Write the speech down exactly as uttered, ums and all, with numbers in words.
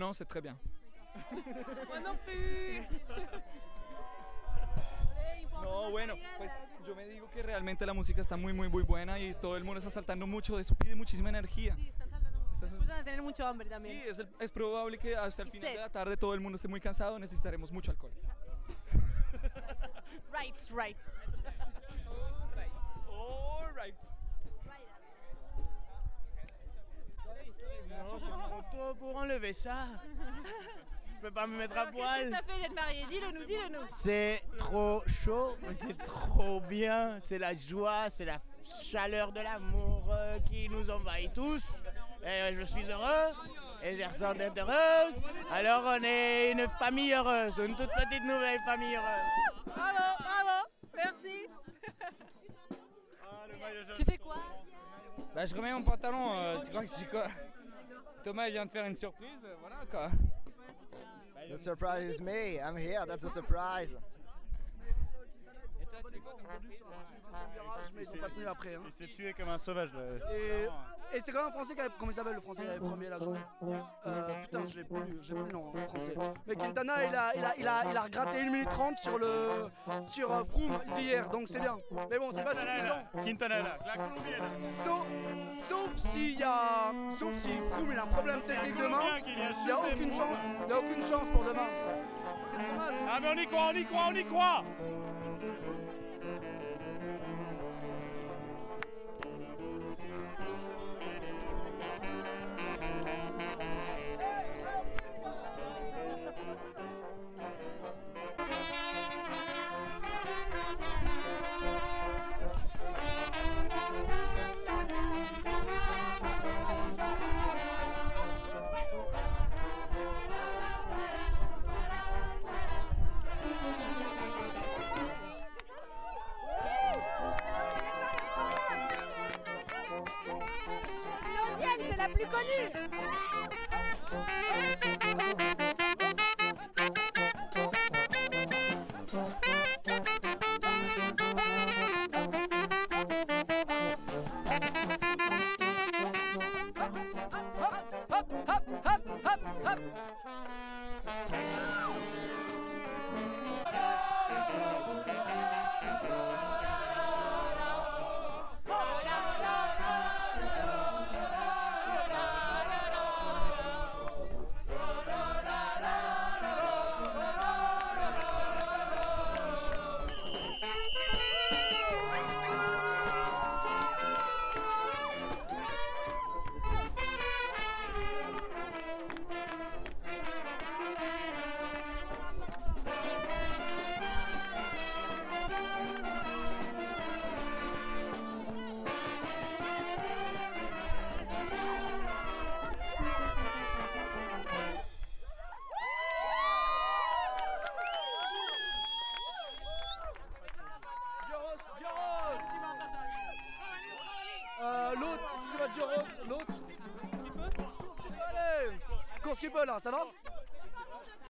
non, c'est très bien. Moi non plus. No, bueno, pues yo me digo que realmente la música está muy, muy, muy buena y todo el mundo está saltando mucho, eso pide muchísima energía. Sí, están saltando mucho. Estás- Después van a tener mucho hambre también. Sí, es, el- es probable que hasta el Y final sed. de la tarde todo el mundo esté muy cansado, necesitaremos mucho alcohol. Right, right. All right. Non, c'est trop tôt pour enlever ça. Je peux pas me mettre à Alors, qu'est-ce que poil. ça fait d'être marié? Dis-le nous, dis-le nous. C'est trop chaud, mais c'est trop bien. C'est la joie, c'est la chaleur de l'amour euh, qui nous envahit tous. Et euh, je suis heureux et je ressens d'être heureuse. Alors on est une famille heureuse, une toute petite nouvelle famille heureuse. Bravo, bravo. Merci. Tu fais quoi? Bah je remets mon pantalon, euh, tu crois que c'est quoi? Thomas il vient de faire une surprise, euh, voilà quoi. The surprise is me. I'm here. That's a surprise. Et toi tu fais quoi comme Mais ils sont pas tenus après. Hein. Il s'est tué comme un sauvage. Là. Et, et c'est quand même un français qui avait, comment il s'appelle le français le premier là euh, Putain, je l'ai plus, j'ai plus le nom en français. Mais Quintana il a, il a, il a, il a regratté une minute trente sur le sur euh, Froome d'hier, donc c'est bien. Mais bon, c'est pas suffisant. Quintana là, la Colombienne. Sauf, sauf s'il y a, sauf si Froome il a un problème technique demain, il n'y a aucune chance, il y a aucune chance pour demain. C'est dommage. Ah mais on y croit, on y croit, on y croit. L'Audienne, c'est la plus connue. Euh, l'autre, si c'est pas Dioros, l'autre. Allez, course qui peut là, ça va?